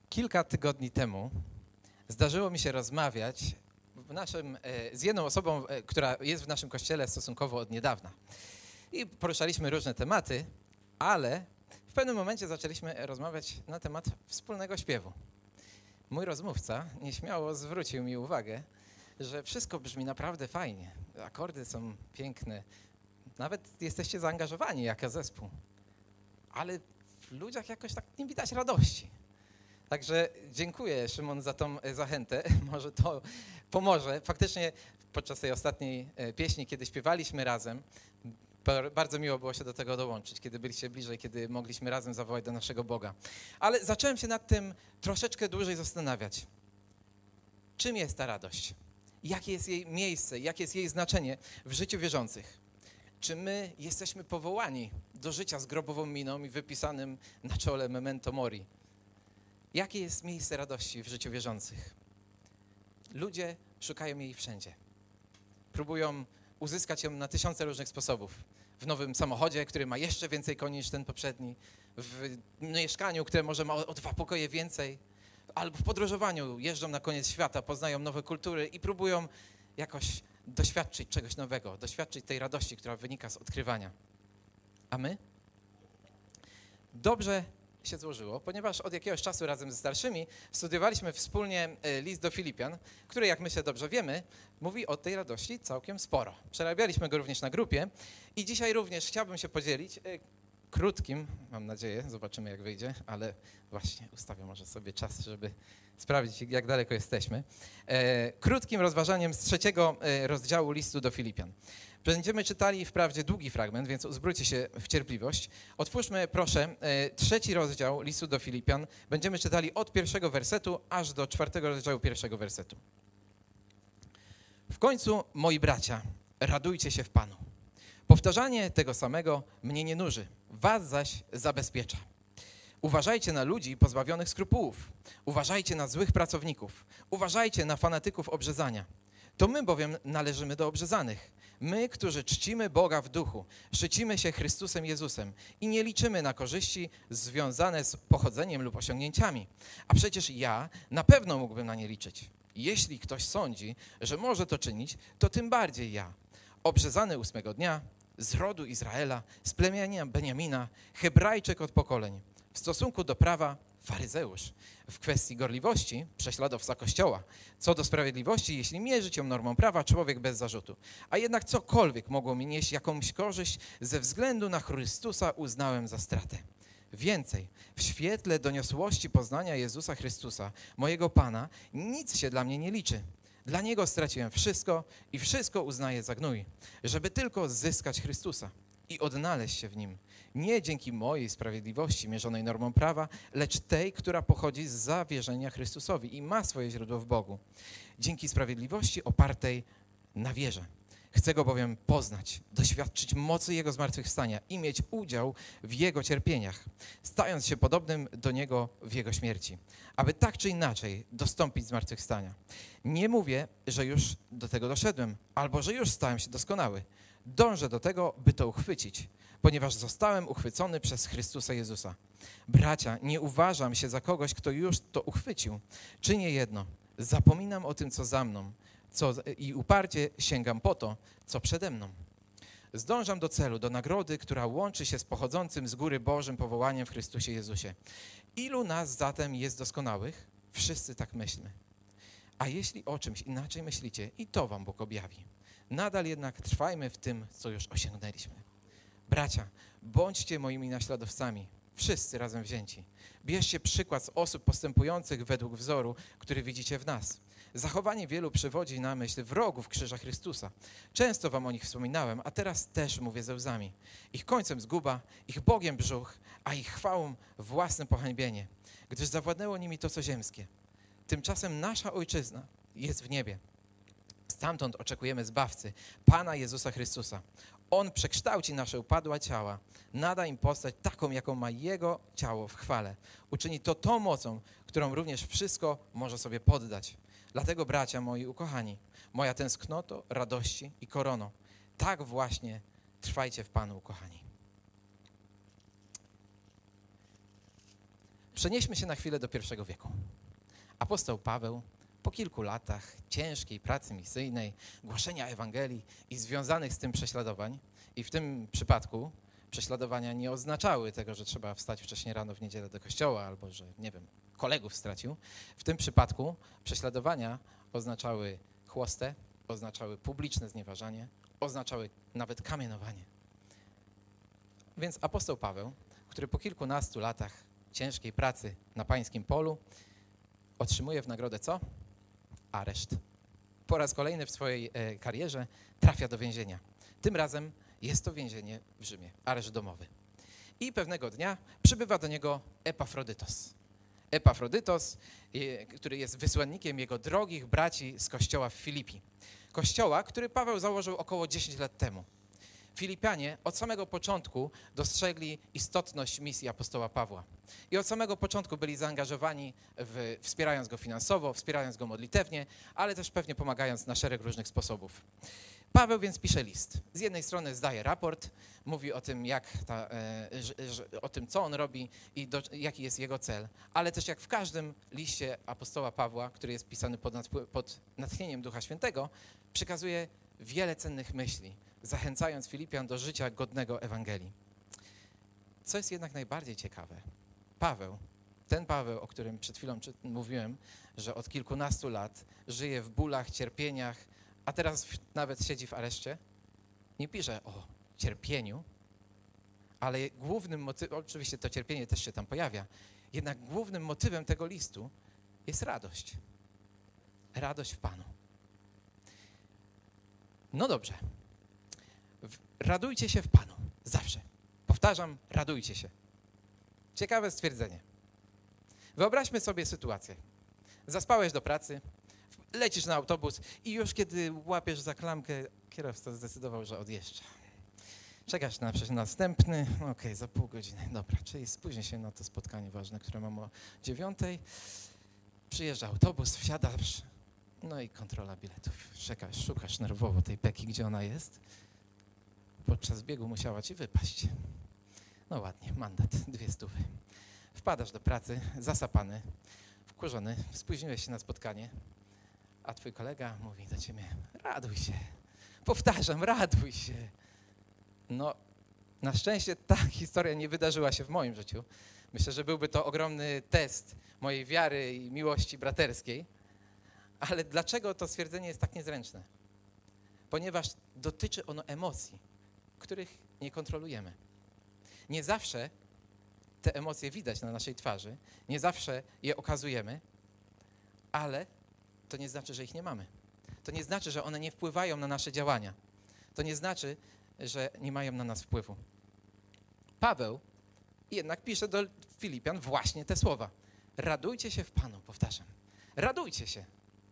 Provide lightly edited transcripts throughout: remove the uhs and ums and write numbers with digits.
Kilka tygodni temu zdarzyło mi się rozmawiać z jedną osobą, która jest w naszym kościele stosunkowo od niedawna. I poruszaliśmy różne tematy, ale w pewnym momencie zaczęliśmy rozmawiać na temat wspólnego śpiewu. Mój rozmówca nieśmiało zwrócił mi uwagę, że wszystko brzmi naprawdę fajnie. Akordy są piękne, nawet jesteście zaangażowani jako zespół, ale w ludziach jakoś tak nie widać radości. Także dziękuję, Szymon, za tą zachętę. Może to pomoże. Faktycznie podczas tej ostatniej pieśni, kiedy śpiewaliśmy razem, bardzo miło było się do tego dołączyć, kiedy byliście bliżej, kiedy mogliśmy razem zawołać do naszego Boga. Ale zacząłem się nad tym troszeczkę dłużej zastanawiać. Czym jest ta radość? Jakie jest jej miejsce? Jakie jest jej znaczenie w życiu wierzących? Czy my jesteśmy powołani do życia z grobową miną i wypisanym na czole memento mori? Jakie jest miejsce radości w życiu wierzących? Ludzie szukają jej wszędzie. Próbują uzyskać ją na tysiące różnych sposobów. W nowym samochodzie, który ma jeszcze więcej koni niż ten poprzedni, w mieszkaniu, które może ma o 2 pokoje więcej, albo w podróżowaniu jeżdżą na koniec świata, poznają nowe kultury i próbują jakoś doświadczyć czegoś nowego, doświadczyć tej radości, która wynika z odkrywania. A my? Dobrze się złożyło, ponieważ od jakiegoś czasu razem ze starszymi studiowaliśmy wspólnie list do Filipian, który, jak myślę dobrze wiemy, mówi o tej radości całkiem sporo. Przerabialiśmy go również na grupie i dzisiaj również chciałbym się podzielić krótkim, mam nadzieję, zobaczymy jak wyjdzie, ale właśnie ustawię może sobie czas, żeby sprawdzić, jak daleko jesteśmy. Krótkim rozważaniem z 3 rozdziału listu do Filipian. Będziemy czytali wprawdzie długi fragment, więc uzbrójcie się w cierpliwość. Otwórzmy, proszę, 3 rozdział listu do Filipian. Będziemy czytali od 1 wersetu aż do 4 rozdziału 1 wersetu. W końcu, moi bracia, radujcie się w Panu. Powtarzanie tego samego mnie nie nuży, was zaś zabezpiecza. Uważajcie na ludzi pozbawionych skrupułów. Uważajcie na złych pracowników. Uważajcie na fanatyków obrzezania. To my bowiem należymy do obrzezanych. My, którzy czcimy Boga w duchu, szczycimy się Chrystusem Jezusem i nie liczymy na korzyści związane z pochodzeniem lub osiągnięciami. A przecież ja na pewno mógłbym na nie liczyć. Jeśli ktoś sądzi, że może to czynić, to tym bardziej ja. Obrzezany 8 dnia, z rodu Izraela, z plemienia Beniamina, Hebrajczyk od pokoleń. W stosunku do prawa faryzeusz. W kwestii gorliwości prześladowca Kościoła. Co do sprawiedliwości, jeśli mierzyć ją normą prawa, człowiek bez zarzutu. A jednak cokolwiek mogło mi nieść jakąś korzyść, ze względu na Chrystusa uznałem za stratę. Więcej, w świetle doniosłości poznania Jezusa Chrystusa, mojego Pana, nic się dla mnie nie liczy. Dla Niego straciłem wszystko i wszystko uznaję za gnój, żeby tylko zyskać Chrystusa i odnaleźć się w Nim. Nie dzięki mojej sprawiedliwości mierzonej normą prawa, lecz tej, która pochodzi z zawierzenia Chrystusowi i ma swoje źródło w Bogu. Dzięki sprawiedliwości opartej na wierze. Chcę Go bowiem poznać, doświadczyć mocy Jego zmartwychwstania i mieć udział w Jego cierpieniach, stając się podobnym do Niego w Jego śmierci, aby tak czy inaczej dostąpić zmartwychwstania. Nie mówię, że już do tego doszedłem, albo że już stałem się doskonały. Dążę do tego, by to uchwycić, ponieważ zostałem uchwycony przez Chrystusa Jezusa. Bracia, nie uważam się za kogoś, kto już to uchwycił. Czynię jedno, zapominam o tym, co za mną, i uparcie sięgam po to, co przede mną. Zdążam do celu, do nagrody, która łączy się z pochodzącym z góry Bożym powołaniem w Chrystusie Jezusie. Ilu nas zatem jest doskonałych? Wszyscy tak myślmy. A jeśli o czymś inaczej myślicie, i to wam Bóg objawi. Nadal jednak trwajmy w tym, co już osiągnęliśmy. Bracia, bądźcie moimi naśladowcami, wszyscy razem wzięci. Bierzcie przykład z osób postępujących według wzoru, który widzicie w nas. Zachowanie wielu przywodzi na myśl wrogów krzyża Chrystusa. Często wam o nich wspominałem, a teraz też mówię ze łzami. Ich końcem zguba, ich Bogiem brzuch, a ich chwałą własne pohańbienie, gdyż zawładnęło nimi to, co ziemskie. Tymczasem nasza ojczyzna jest w niebie. Stamtąd oczekujemy Zbawcy, Pana Jezusa Chrystusa. On przekształci nasze upadłe ciała, nada im postać taką, jaką ma Jego ciało w chwale. Uczyni to tą mocą, którą również wszystko może sobie poddać. Dlatego, bracia moi ukochani, moja tęsknoto, radości i korono, tak właśnie trwajcie w Panu, ukochani. Przenieśmy się na chwilę do I wieku. Apostoł Paweł po kilku latach ciężkiej pracy misyjnej, głoszenia Ewangelii i związanych z tym prześladowań, i w tym przypadku prześladowania nie oznaczały tego, że trzeba wstać wcześniej rano w niedzielę do kościoła albo, że, nie wiem, kolegów stracił. W tym przypadku prześladowania oznaczały chłostę, oznaczały publiczne znieważanie, oznaczały nawet kamienowanie. Więc apostoł Paweł, który po kilkunastu latach ciężkiej pracy na pańskim polu otrzymuje w nagrodę co? Areszt. Po raz kolejny w swojej karierze trafia do więzienia. Tym razem jest to więzienie w Rzymie, areszt domowy. I pewnego dnia przybywa do niego Epafrodytos. Epafrodytos, który jest wysłannikiem jego drogich braci z kościoła w Filipi. Kościoła, który Paweł założył około 10 lat temu. Filipianie od samego początku dostrzegli istotność misji apostoła Pawła. I od samego początku byli zaangażowani, wspierając go finansowo, wspierając go modlitewnie, ale też pewnie pomagając na szereg różnych sposobów. Paweł więc pisze list. Z jednej strony zdaje raport, mówi o tym, o tym, co on robi i jaki jest jego cel, ale też jak w każdym liście apostoła Pawła, który jest pisany pod natchnieniem Ducha Świętego, przekazuje wiele cennych myśli, zachęcając Filipian do życia godnego Ewangelii. Co jest jednak najbardziej ciekawe, ten Paweł, o którym przed chwilą mówiłem, że od kilkunastu lat żyje w bólach, cierpieniach, a teraz nawet siedzi w areszcie, nie pisze o cierpieniu, ale głównym motywem, oczywiście to cierpienie też się tam pojawia, jednak głównym motywem tego listu jest radość. Radość w Panu. No dobrze. Radujcie się w Panu. Zawsze. Powtarzam, radujcie się. Ciekawe stwierdzenie. Wyobraźmy sobie sytuację. Zaspałeś do pracy, lecisz na autobus i już kiedy łapiesz za klamkę, kierowca zdecydował, że odjeżdża. Czekasz na następny, okej, za pół godziny. Dobra, czyli spóźni się na to spotkanie ważne, które mam o 9:00. Przyjeżdża autobus, wsiadasz, no i kontrola biletów. Czekasz, szukasz nerwowo tej Peki, gdzie ona jest. Podczas biegu musiała ci wypaść. No ładnie, mandat, 200. Wpadasz do pracy, zasapany, wkurzony, spóźniłeś się na spotkanie, a twój kolega mówi do ciebie, raduj się. Powtarzam, raduj się. No, na szczęście ta historia nie wydarzyła się w moim życiu. Myślę, że byłby to ogromny test mojej wiary i miłości braterskiej. Ale dlaczego to stwierdzenie jest tak niezręczne? Ponieważ dotyczy ono emocji, których nie kontrolujemy. Nie zawsze te emocje widać na naszej twarzy, nie zawsze je okazujemy, ale to nie znaczy, że ich nie mamy. To nie znaczy, że one nie wpływają na nasze działania. To nie znaczy, że nie mają na nas wpływu. Paweł jednak pisze do Filipian właśnie te słowa. Radujcie się w Panu, powtarzam. Radujcie się.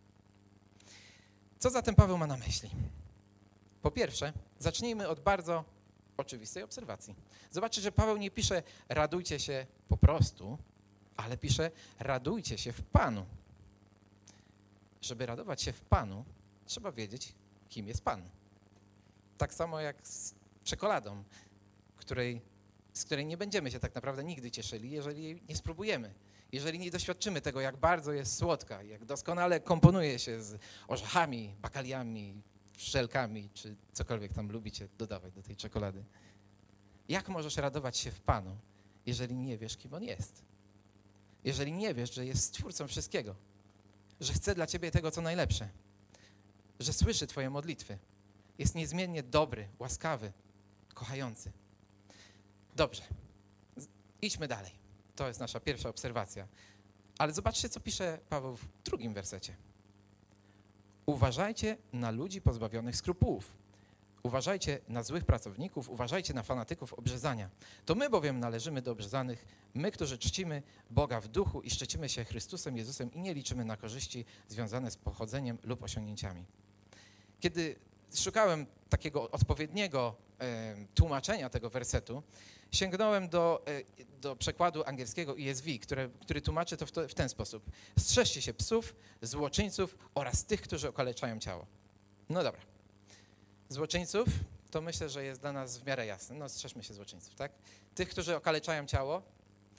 Co zatem Paweł ma na myśli? Po pierwsze, zacznijmy od bardzo oczywistej obserwacji. Zobaczcie, że Paweł nie pisze radujcie się po prostu, ale pisze radujcie się w Panu. Żeby radować się w Panu, trzeba wiedzieć, kim jest Pan. Tak samo jak z czekoladą, z której nie będziemy się tak naprawdę nigdy cieszyli, jeżeli jej nie spróbujemy. Jeżeli nie doświadczymy tego, jak bardzo jest słodka, jak doskonale komponuje się z orzechami, bakaliami, szelkami, czy cokolwiek tam lubicie dodawać do tej czekolady. Jak możesz radować się w Panu, jeżeli nie wiesz, kim On jest? Jeżeli nie wiesz, że jest Stwórcą wszystkiego, że chce dla ciebie tego, co najlepsze, że słyszy twoje modlitwy, jest niezmiennie dobry, łaskawy, kochający. Dobrze, idźmy dalej. To jest nasza pierwsza obserwacja. Ale zobaczcie, co pisze Paweł w 2 wersecie. Uważajcie na ludzi pozbawionych skrupułów. Uważajcie na złych pracowników, uważajcie na fanatyków obrzezania. To my bowiem należymy do obrzezanych, my, którzy czcimy Boga w duchu i szczycimy się Chrystusem Jezusem i nie liczymy na korzyści związane z pochodzeniem lub osiągnięciami. Kiedy szukałem takiego odpowiedniego tłumaczenia tego wersetu, sięgnąłem do przekładu angielskiego ESV, który tłumaczy to w ten sposób. Strzeżcie się psów, złoczyńców oraz tych, którzy okaleczają ciało. No dobra. Złoczyńców, to myślę, że jest dla nas w miarę jasne. No strzeżmy się złoczyńców, tak? Tych, którzy okaleczają ciało,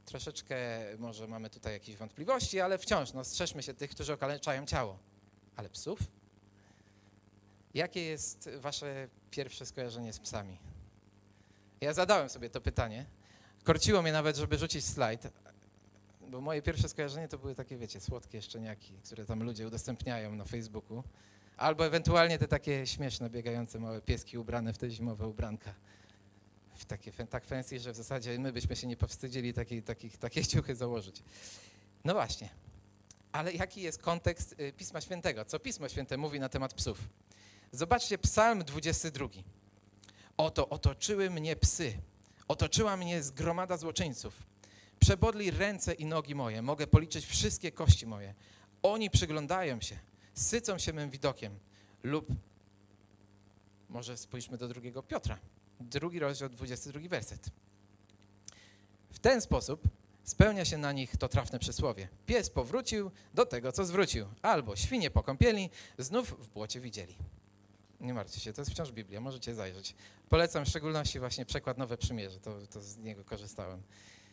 Troszeczkę może mamy tutaj jakieś wątpliwości, ale wciąż strzeżmy się tych, którzy okaleczają ciało. Ale psów? Jakie jest wasze pierwsze skojarzenie z psami? Ja zadałem sobie to pytanie. Korciło mnie nawet, żeby rzucić slajd, bo moje pierwsze skojarzenie to były takie, wiecie, słodkie szczeniaki, które tam ludzie udostępniają na Facebooku, albo ewentualnie te takie śmieszne, biegające małe pieski ubrane w te zimowe ubranka. W takie tak fancy, że w zasadzie my byśmy się nie powstydzili takie ciuchy założyć. No właśnie. Ale jaki jest kontekst Pisma Świętego? Co Pismo Święte mówi na temat psów? Zobaczcie Psalm 22. Oto otoczyły mnie psy, otoczyła mnie zgromada złoczyńców. Przebodli ręce i nogi moje, mogę policzyć wszystkie kości moje. Oni przyglądają się, sycą się mym widokiem. Lub może spójrzmy do 2 Piotra, 2 rozdział, 22 werset. W ten sposób spełnia się na nich to trafne przysłowie. Pies powrócił do tego, co zwrócił, albo świnie po kąpieli, znów w błocie widzieli. Nie martwcie się, to jest wciąż Biblia, możecie zajrzeć. Polecam w szczególności właśnie przekład Nowe Przymierze, to z niego korzystałem.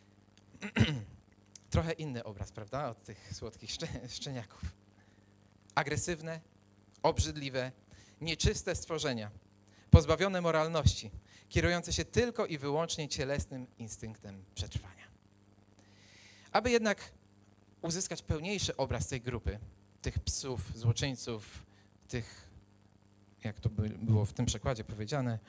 Trochę inny obraz, prawda, od tych słodkich szczeniaków. Agresywne, obrzydliwe, nieczyste stworzenia, pozbawione moralności, kierujące się tylko i wyłącznie cielesnym instynktem przetrwania. Aby jednak uzyskać pełniejszy obraz tej grupy, tych psów, złoczyńców, tych, jak to było w tym przekładzie powiedziane,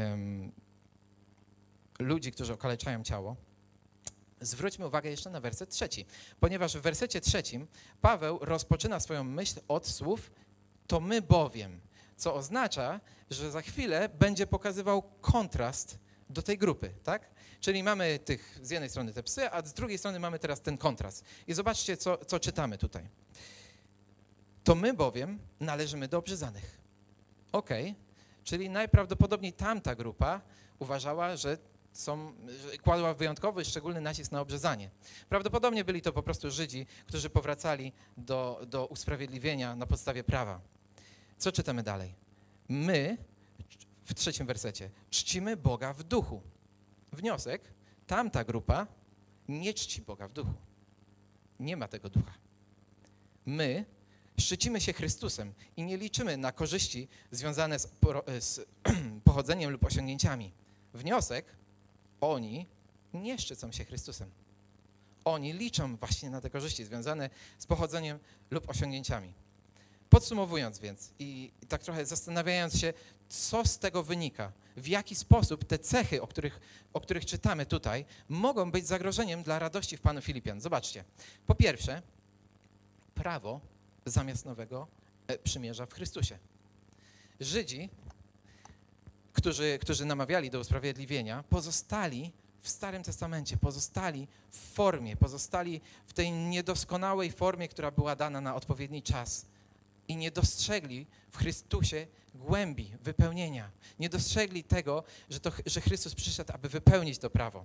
ludzi, którzy okaleczają ciało, zwróćmy uwagę jeszcze na werset 3, ponieważ w wersecie 3 Paweł rozpoczyna swoją myśl od słów to my bowiem, co oznacza, że za chwilę będzie pokazywał kontrast do tej grupy, tak? Czyli mamy z jednej strony te psy, a z drugiej strony mamy teraz ten kontrast. I zobaczcie, co czytamy tutaj. To my bowiem należymy do obrzezanych. Okej, czyli najprawdopodobniej tamta grupa uważała, że kładła wyjątkowy, szczególny nacisk na obrzezanie. Prawdopodobnie byli to po prostu Żydzi, którzy powracali do usprawiedliwienia na podstawie prawa. Co czytamy dalej? My, w 3 wersecie, czcimy Boga w duchu. Wniosek, tamta grupa nie czci Boga w duchu. Nie ma tego ducha. My szczycimy się Chrystusem i nie liczymy na korzyści związane z pochodzeniem lub osiągnięciami. Wniosek, oni nie szczycą się Chrystusem. Oni liczą właśnie na te korzyści związane z pochodzeniem lub osiągnięciami. Podsumowując więc i tak trochę zastanawiając się, co z tego wynika, w jaki sposób te cechy, o których czytamy tutaj, mogą być zagrożeniem dla radości w Panu Filipian. Zobaczcie. Po pierwsze, prawo zamiast nowego przymierza w Chrystusie. Żydzi, którzy namawiali do usprawiedliwienia, pozostali w Starym Testamencie, pozostali w formie, pozostali w tej niedoskonałej formie, która była dana na odpowiedni czas i nie dostrzegli w Chrystusie głębi, wypełnienia. Nie dostrzegli tego, że Chrystus przyszedł, aby wypełnić to prawo.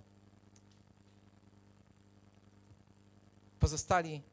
Pozostali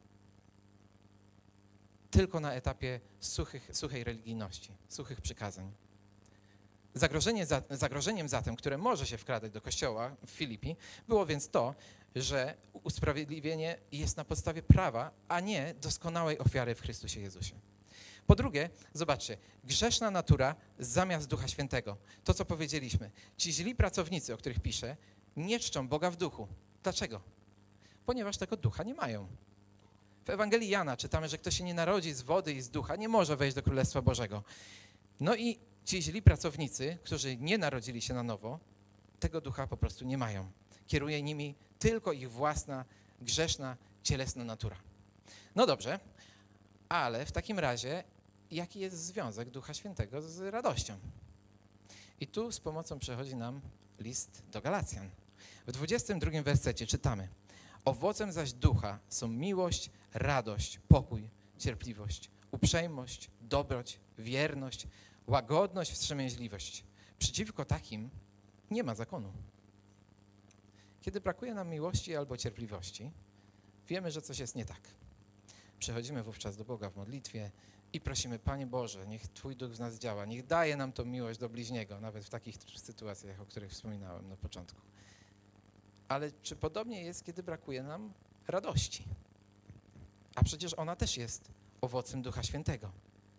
tylko na etapie suchej religijności, suchych przykazań. Zagrożeniem zatem, które może się wkradać do kościoła w Filipi, było więc to, że usprawiedliwienie jest na podstawie prawa, a nie doskonałej ofiary w Chrystusie Jezusie. Po drugie, zobaczcie, grzeszna natura zamiast Ducha Świętego. To, co powiedzieliśmy. Ci źli pracownicy, o których piszę, nie czczą Boga w duchu. Dlaczego? Ponieważ tego ducha nie mają. W Ewangelii Jana czytamy, że kto się nie narodzi z wody i z ducha, nie może wejść do Królestwa Bożego. No i ci źli pracownicy, którzy nie narodzili się na nowo, tego ducha po prostu nie mają. Kieruje nimi tylko ich własna, grzeszna, cielesna natura. No dobrze, ale w takim razie jaki jest związek Ducha Świętego z radością? I tu z pomocą przychodzi nam list do Galacjan. W 22 wersecie czytamy: owocem zaś ducha są miłość, radość, pokój, cierpliwość, uprzejmość, dobroć, wierność, łagodność, wstrzemięźliwość. Przeciwko takim nie ma zakonu. Kiedy brakuje nam miłości albo cierpliwości, wiemy, że coś jest nie tak. Przechodzimy wówczas do Boga w modlitwie i prosimy: Panie Boże, niech Twój Duch w nas działa, niech daje nam tą miłość do bliźniego, nawet w takich sytuacjach, o których wspominałem na początku. Ale czy podobnie jest, kiedy brakuje nam radości? A przecież ona też jest owocem Ducha Świętego.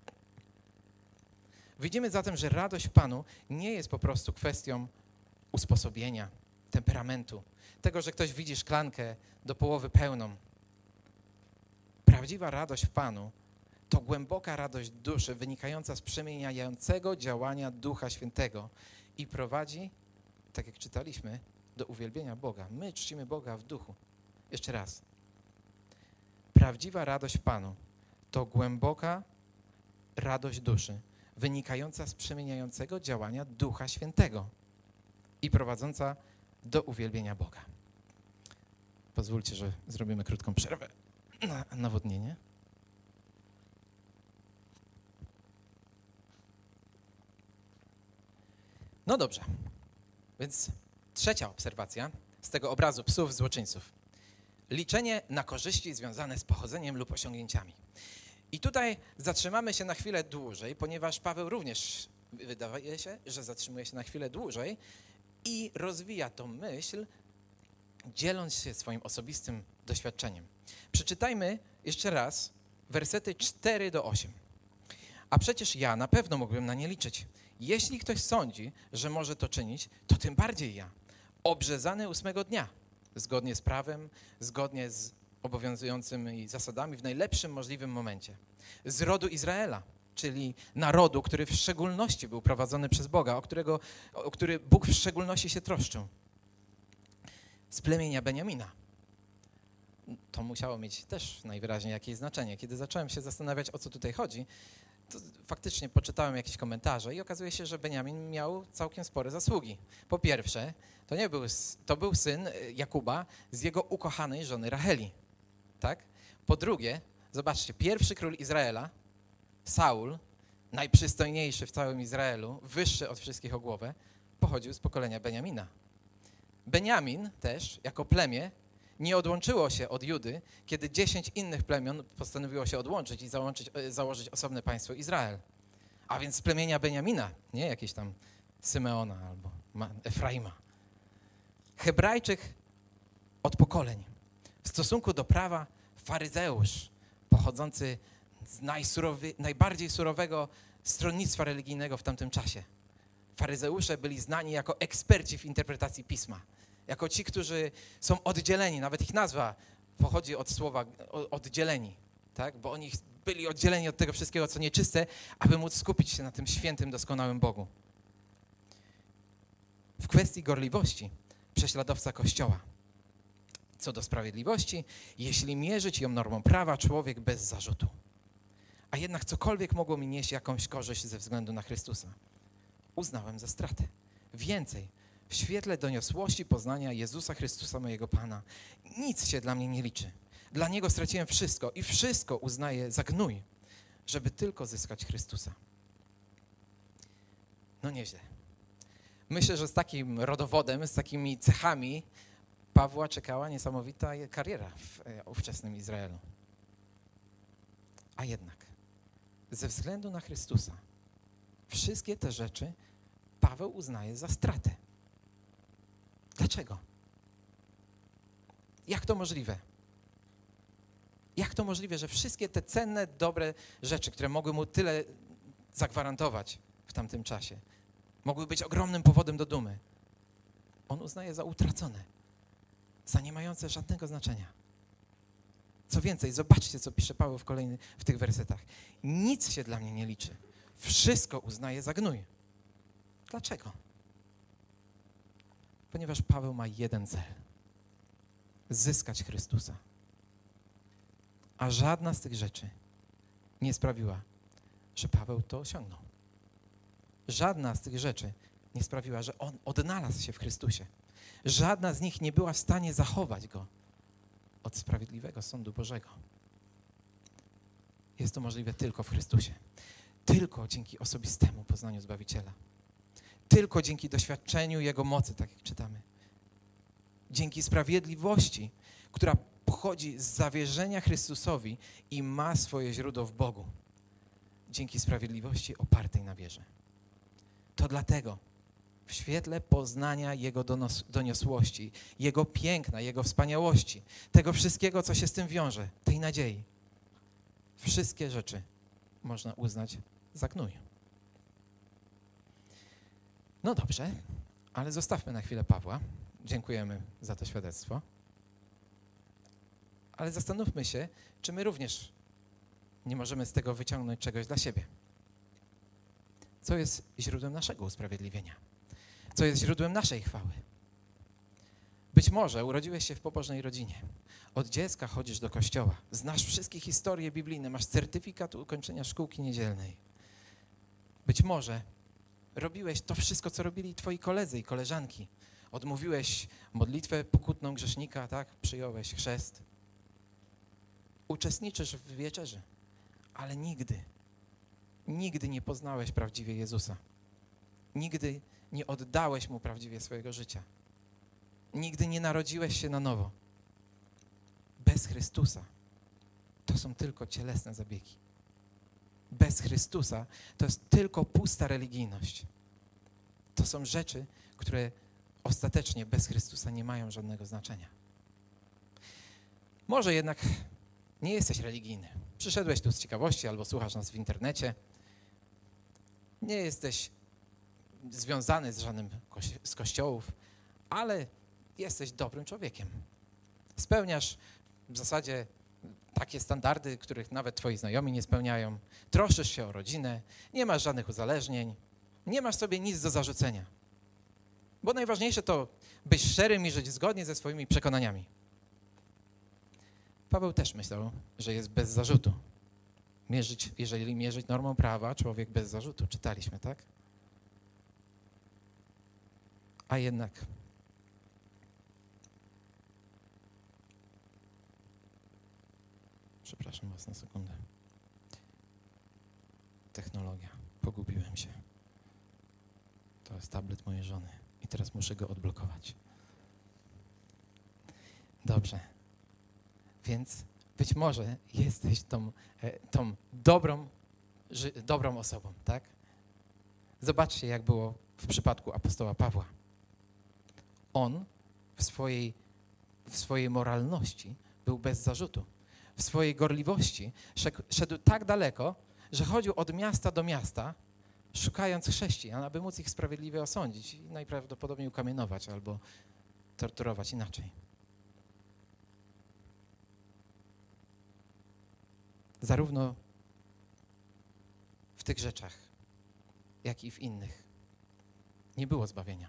Widzimy zatem, że radość w Panu nie jest po prostu kwestią usposobienia, temperamentu, tego, że ktoś widzi szklankę do połowy pełną. Prawdziwa radość w Panu to głęboka radość duszy wynikająca z przemieniającego działania Ducha Świętego i prowadzi, tak jak czytaliśmy, do uwielbienia Boga. My czcimy Boga w duchu. Jeszcze raz. Prawdziwa radość w Panu to głęboka radość duszy wynikająca z przemieniającego działania Ducha Świętego i prowadząca do uwielbienia Boga. Pozwólcie, że zrobimy krótką przerwę na nawodnienie. No dobrze, więc trzecia obserwacja z tego obrazu psów złoczyńców. Liczenie na korzyści związane z pochodzeniem lub osiągnięciami. I tutaj zatrzymamy się na chwilę dłużej, ponieważ Paweł również wydaje się, że zatrzymuje się na chwilę dłużej i rozwija tą myśl, dzieląc się swoim osobistym doświadczeniem. Przeczytajmy jeszcze raz wersety 4-8. A przecież ja na pewno mógłbym na nie liczyć. Jeśli ktoś sądzi, że może to czynić, to tym bardziej ja. Obrzezany 8 dnia, zgodnie z prawem, zgodnie z obowiązującymi zasadami w najlepszym możliwym momencie. Z rodu Izraela, czyli narodu, który w szczególności był prowadzony przez Boga, o który Bóg w szczególności się troszczył. Z plemienia Beniamina. To musiało mieć też najwyraźniej jakieś znaczenie. Kiedy zacząłem się zastanawiać, o co tutaj chodzi, to faktycznie poczytałem jakieś komentarze i okazuje się, że Beniamin miał całkiem spore zasługi. Po pierwsze, to był syn Jakuba z jego ukochanej żony Racheli. Tak? Po drugie, zobaczcie, pierwszy król Izraela, Saul, najprzystojniejszy w całym Izraelu, wyższy od wszystkich o głowę, pochodził z pokolenia Beniamina. Beniamin też, jako plemię, nie odłączyło się od Judy, kiedy 10 innych plemion postanowiło się odłączyć i założyć osobne państwo Izrael. A więc z plemienia Beniamina, nie jakieś tam Symeona albo Efraima. Hebrajczyk od pokoleń. W stosunku do prawa faryzeusz, pochodzący z najbardziej surowego stronnictwa religijnego w tamtym czasie. Faryzeusze byli znani jako eksperci w interpretacji Pisma. Jako ci, którzy są oddzieleni, nawet ich nazwa pochodzi od słowa oddzieleni, tak? Bo oni byli oddzieleni od tego wszystkiego, co nieczyste, aby móc skupić się na tym świętym, doskonałym Bogu. W kwestii gorliwości prześladowca Kościoła. Co do sprawiedliwości, jeśli mierzyć ją normą prawa, człowiek bez zarzutu. A jednak cokolwiek mogło mi nieść jakąś korzyść ze względu na Chrystusa, uznałem za stratę. Więcej, w świetle doniosłości poznania Jezusa Chrystusa, mojego Pana, nic się dla mnie nie liczy. Dla Niego straciłem wszystko i wszystko uznaję za gnój, żeby tylko zyskać Chrystusa. No nieźle. Myślę, że z takim rodowodem, z takimi cechami Pawła czekała niesamowita kariera w ówczesnym Izraelu. A jednak, ze względu na Chrystusa, wszystkie te rzeczy Paweł uznaje za stratę. Dlaczego? Jak to możliwe? Jak to możliwe, że wszystkie te cenne, dobre rzeczy, które mogły mu tyle zagwarantować w tamtym czasie, mogły być ogromnym powodem do dumy, on uznaje za utracone, za nie mające żadnego znaczenia. Co więcej, zobaczcie, co pisze Paweł w tych wersetach. Nic się dla mnie nie liczy. Wszystko uznaję za gnój. Dlaczego? Ponieważ Paweł ma jeden cel. Zyskać Chrystusa. A żadna z tych rzeczy nie sprawiła, że Paweł to osiągnął. Żadna z tych rzeczy nie sprawiła, że on odnalazł się w Chrystusie. Żadna z nich nie była w stanie zachować go od sprawiedliwego sądu Bożego. Jest to możliwe tylko w Chrystusie. Tylko dzięki osobistemu poznaniu Zbawiciela. Tylko dzięki doświadczeniu Jego mocy, tak jak czytamy. Dzięki sprawiedliwości, która pochodzi z zawierzenia Chrystusowi i ma swoje źródło w Bogu. Dzięki sprawiedliwości opartej na wierze. To dlatego w świetle poznania Jego doniosłości, Jego piękna, Jego wspaniałości, tego wszystkiego, co się z tym wiąże, tej nadziei. Wszystkie rzeczy można uznać za gnój. No dobrze, ale zostawmy na chwilę Pawła. Dziękujemy za to świadectwo. Ale zastanówmy się, czy my również nie możemy z tego wyciągnąć czegoś dla siebie. Co jest źródłem naszego usprawiedliwienia? Co jest źródłem naszej chwały? Być może urodziłeś się w pobożnej rodzinie. Od dziecka chodzisz do kościoła, znasz wszystkie historie biblijne, masz certyfikat ukończenia szkółki niedzielnej. Być może robiłeś to wszystko, co robili twoi koledzy i koleżanki. Odmówiłeś modlitwę pokutną grzesznika, tak? Przyjąłeś chrzest. Uczestniczysz w wieczerzy, ale nigdy nie poznałeś prawdziwie Jezusa. Nigdy nie oddałeś Mu prawdziwie swojego życia. Nigdy nie narodziłeś się na nowo. Bez Chrystusa to są tylko cielesne zabiegi. Bez Chrystusa to jest tylko pusta religijność. To są rzeczy, które ostatecznie bez Chrystusa nie mają żadnego znaczenia. Może jednak nie jesteś religijny. Przyszedłeś tu z ciekawości albo słuchasz nas w internecie. Nie jesteś związany z żadnym z kościołów, ale jesteś dobrym człowiekiem. Spełniasz w zasadzie takie standardy, których nawet twoi znajomi nie spełniają. Troszczysz się o rodzinę, nie masz żadnych uzależnień, nie masz sobie nic do zarzucenia. Bo najważniejsze to być szczerym i żyć zgodnie ze swoimi przekonaniami. Paweł też myślał, że jest bez zarzutu. Jeżeli mierzyć normą prawa, człowiek bez zarzutu. Czytaliśmy, tak? A jednak przepraszam was na sekundę. Technologia. Pogubiłem się. To jest tablet mojej żony i teraz muszę go odblokować. Dobrze. Więc być może jesteś tą dobrą osobą, tak? Zobaczcie, jak było w przypadku apostoła Pawła. On w swojej moralności był bez zarzutu. W swojej gorliwości szedł tak daleko, że chodził od miasta do miasta, szukając chrześcijan, aby móc ich sprawiedliwie osądzić i najprawdopodobniej ukamienować albo torturować inaczej. Zarówno w tych rzeczach, jak i w innych nie było zbawienia.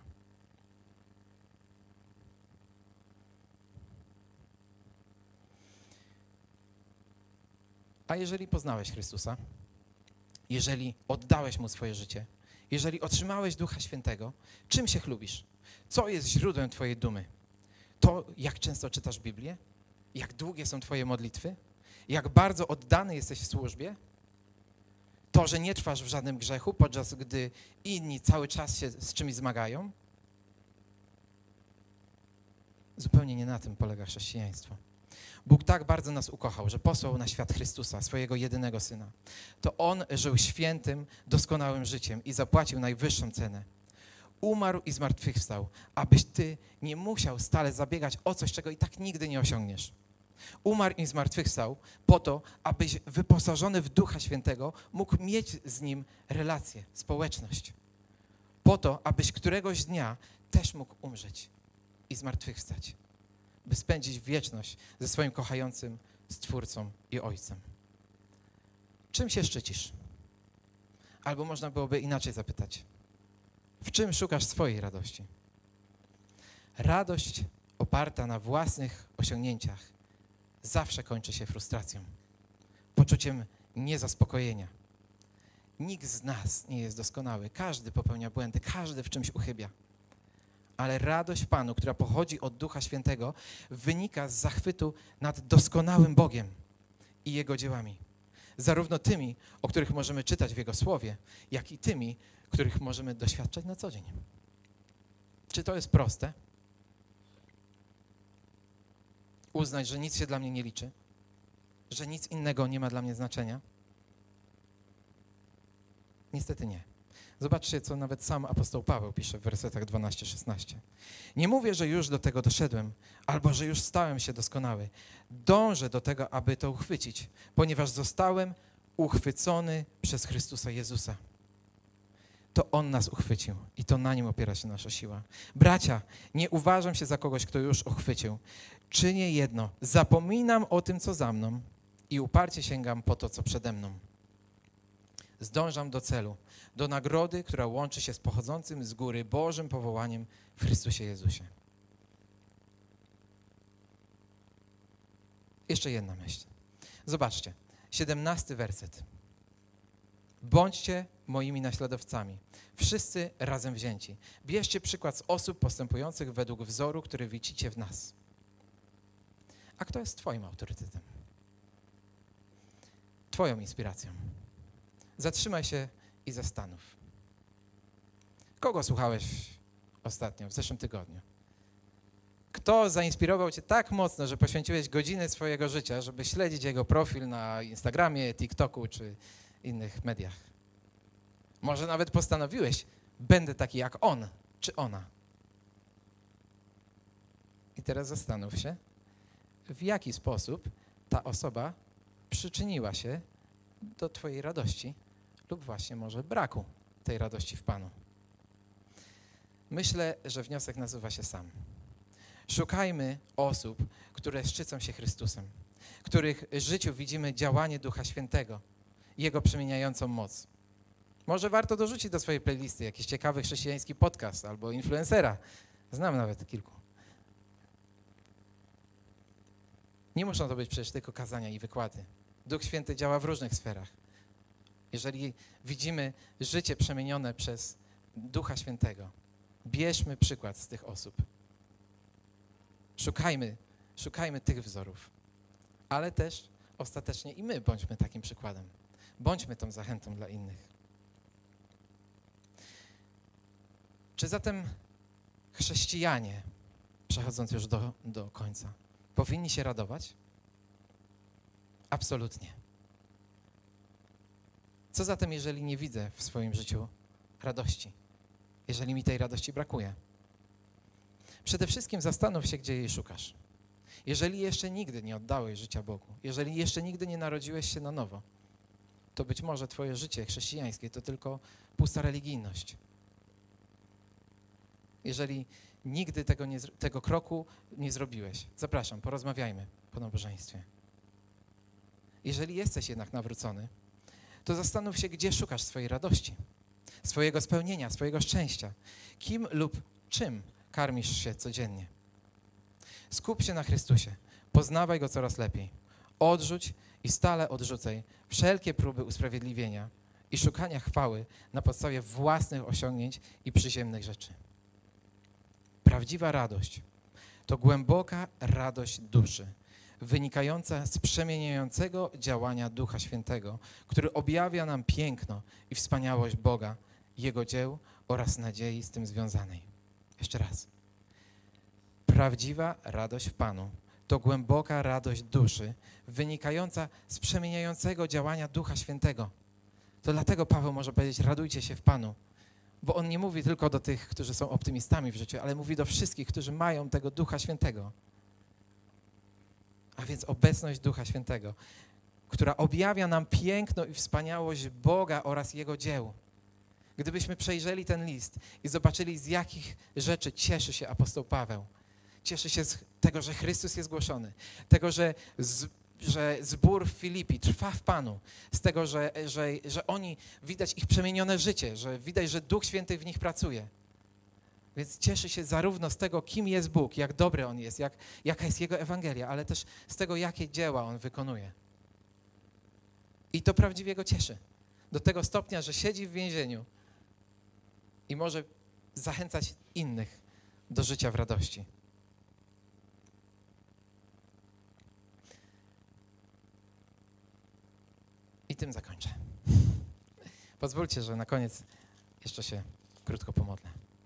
A jeżeli poznałeś Chrystusa, jeżeli oddałeś Mu swoje życie, jeżeli otrzymałeś Ducha Świętego, czym się chlubisz? Co jest źródłem twojej dumy? To, jak często czytasz Biblię? Jak długie są twoje modlitwy? Jak bardzo oddany jesteś w służbie? To, że nie trwasz w żadnym grzechu, podczas gdy inni cały czas się z czymś zmagają? Zupełnie nie na tym polega chrześcijaństwo. Bóg tak bardzo nas ukochał, że posłał na świat Chrystusa, swojego jedynego Syna. To On żył świętym, doskonałym życiem i zapłacił najwyższą cenę. Umarł i zmartwychwstał, abyś ty nie musiał stale zabiegać o coś, czego i tak nigdy nie osiągniesz. Umarł i zmartwychwstał po to, abyś wyposażony w Ducha Świętego mógł mieć z Nim relację, społeczność. Po to, abyś któregoś dnia też mógł umrzeć i zmartwychwstać, by spędzić wieczność ze swoim kochającym Stwórcą i Ojcem. Czym się szczycisz? Albo można byłoby inaczej zapytać. W czym szukasz swojej radości? Radość oparta na własnych osiągnięciach zawsze kończy się frustracją, poczuciem niezaspokojenia. Nikt z nas nie jest doskonały, każdy popełnia błędy, każdy w czymś uchybia. Ale radość w Panu, która pochodzi od Ducha Świętego, wynika z zachwytu nad doskonałym Bogiem i Jego dziełami. Zarówno tymi, o których możemy czytać w Jego Słowie, jak i tymi, których możemy doświadczać na co dzień. Czy to jest proste? Uznać, że nic się dla mnie nie liczy? Że nic innego nie ma dla mnie znaczenia? Niestety nie. Zobaczcie, co nawet sam apostoł Paweł pisze w wersetach 12-16. Nie mówię, że już do tego doszedłem, albo że już stałem się doskonały. Dążę do tego, aby to uchwycić, ponieważ zostałem uchwycony przez Chrystusa Jezusa. To On nas uchwycił i to na Nim opiera się nasza siła. Bracia, nie uważam się za kogoś, kto już uchwycił. Czynię jedno, zapominam o tym, co za mną i uparcie sięgam po to, co przede mną. Zdążam do celu, do nagrody, która łączy się z pochodzącym z góry Bożym powołaniem w Chrystusie Jezusie. Jeszcze jedna myśl. Zobaczcie, 17 werset. Bądźcie moimi naśladowcami, wszyscy razem wzięci. Bierzcie przykład z osób postępujących według wzoru, który widzicie w nas. A kto jest twoim autorytetem? Twoją inspiracją. Zatrzymaj się i zastanów. Kogo słuchałeś ostatnio, w zeszłym tygodniu? Kto zainspirował cię tak mocno, że poświęciłeś godziny swojego życia, żeby śledzić jego profil na Instagramie, TikToku czy innych mediach? Może nawet postanowiłeś, będę taki jak on czy ona. I teraz zastanów się, w jaki sposób ta osoba przyczyniła się do twojej radości lub właśnie może braku tej radości w Panu. Myślę, że wniosek nasuwa się sam. Szukajmy osób, które szczycą się Chrystusem, w których życiu widzimy działanie Ducha Świętego, Jego przemieniającą moc. Może warto dorzucić do swojej playlisty jakiś ciekawy chrześcijański podcast albo influencera. Znam nawet kilku. Nie muszą to być przecież tylko kazania i wykłady. Duch Święty działa w różnych sferach. Jeżeli widzimy życie przemienione przez Ducha Świętego, bierzmy przykład z tych osób. Szukajmy tych wzorów, ale też ostatecznie i my bądźmy takim przykładem. Bądźmy tą zachętą dla innych. Czy zatem chrześcijanie, przechodząc już do końca, powinni się radować? Absolutnie. Co zatem, jeżeli nie widzę w swoim życiu radości? Jeżeli mi tej radości brakuje? Przede wszystkim zastanów się, gdzie jej szukasz. Jeżeli jeszcze nigdy nie oddałeś życia Bogu, jeżeli jeszcze nigdy nie narodziłeś się na nowo, to być może twoje życie chrześcijańskie to tylko pusta religijność. Jeżeli nigdy tego kroku nie zrobiłeś, zapraszam, porozmawiajmy po nabożeństwie. Jeżeli jesteś jednak nawrócony, to zastanów się, gdzie szukasz swojej radości, swojego spełnienia, swojego szczęścia. Kim lub czym karmisz się codziennie. Skup się na Chrystusie, poznawaj Go coraz lepiej. Odrzuć i stale odrzucaj wszelkie próby usprawiedliwienia i szukania chwały na podstawie własnych osiągnięć i przyziemnych rzeczy. Prawdziwa radość to głęboka radość duszy, wynikająca z przemieniającego działania Ducha Świętego, który objawia nam piękno i wspaniałość Boga, Jego dzieł oraz nadziei z tym związanej. Jeszcze raz. Prawdziwa radość w Panu to głęboka radość duszy, wynikająca z przemieniającego działania Ducha Świętego. To dlatego Paweł może powiedzieć, radujcie się w Panu, bo on nie mówi tylko do tych, którzy są optymistami w życiu, ale mówi do wszystkich, którzy mają tego Ducha Świętego. A więc obecność Ducha Świętego, która objawia nam piękno i wspaniałość Boga oraz Jego dzieł. Gdybyśmy przejrzeli ten list i zobaczyli, z jakich rzeczy cieszy się apostoł Paweł. Cieszy się z tego, że Chrystus jest głoszony, tego, że zbór w Filipi trwa w Panu, z tego, że oni, widać ich przemienione życie, że widać, że Duch Święty w nich pracuje. Więc cieszy się zarówno z tego, kim jest Bóg, jak dobry On jest, jaka jest Jego Ewangelia, ale też z tego, jakie dzieła On wykonuje. I to prawdziwie Go cieszy. Do tego stopnia, że siedzi w więzieniu i może zachęcać innych do życia w radości. I tym zakończę. Pozwólcie, że na koniec jeszcze się krótko pomodlę.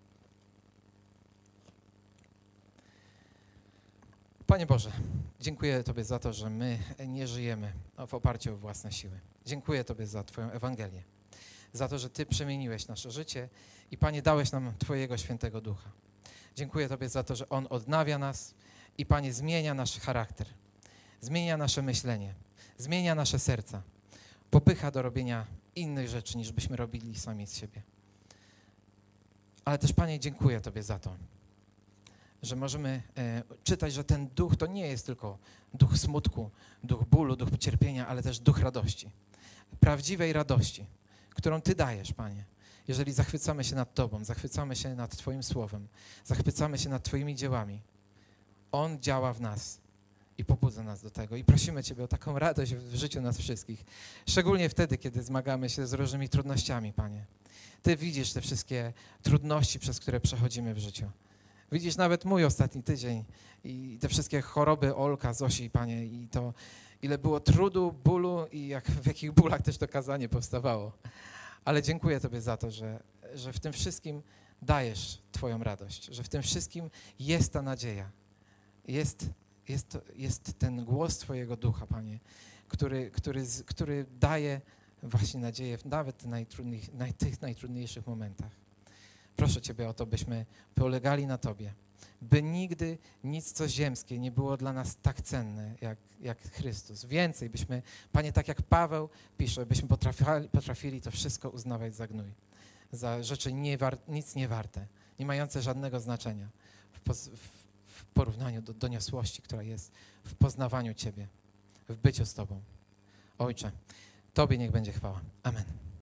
Panie Boże, dziękuję Tobie za to, że my nie żyjemy w oparciu o własne siły. Dziękuję Tobie za Twoją Ewangelię. za to, że Ty przemieniłeś nasze życie i Panie, dałeś nam Twojego Świętego Ducha. Dziękuję Tobie za to, że On odnawia nas i Panie, zmienia nasz charakter, zmienia nasze myślenie, zmienia nasze serca, popycha do robienia innych rzeczy, niż byśmy robili sami z siebie. Ale też, Panie, dziękuję Tobie za to, że możemy czytać, że ten duch to nie jest tylko duch smutku, duch bólu, duch cierpienia, ale też duch radości. Prawdziwej radości, którą Ty dajesz, Panie. Jeżeli zachwycamy się nad Tobą, zachwycamy się nad Twoim słowem, zachwycamy się nad Twoimi dziełami, On działa w nas i pobudza nas do tego. I prosimy Ciebie o taką radość w życiu nas wszystkich. Szczególnie wtedy, kiedy zmagamy się z różnymi trudnościami, Panie. Ty widzisz te wszystkie trudności, przez które przechodzimy w życiu. Widzisz nawet mój ostatni tydzień i te wszystkie choroby Olka, Zosi, Panie, i to ile było trudu, bólu i w jakich bólach też to kazanie powstawało. Ale dziękuję Tobie za to, że w tym wszystkim dajesz Twoją radość, że w tym wszystkim jest ta nadzieja. Jest ten głos Twojego Ducha, Panie, który daje właśnie nadzieję nawet w tych najtrudniejszych momentach. Proszę Ciebie o to, byśmy polegali na Tobie, by nigdy nic, co ziemskie, nie było dla nas tak cenne, jak Chrystus. Więcej byśmy, Panie, tak jak Paweł pisze, byśmy potrafili to wszystko uznawać za gnój, za rzeczy nic nie warte, nie mające żadnego znaczenia w porównaniu do doniosłości, która jest w poznawaniu Ciebie, w byciu z Tobą. Ojcze, Tobie niech będzie chwała. Amen.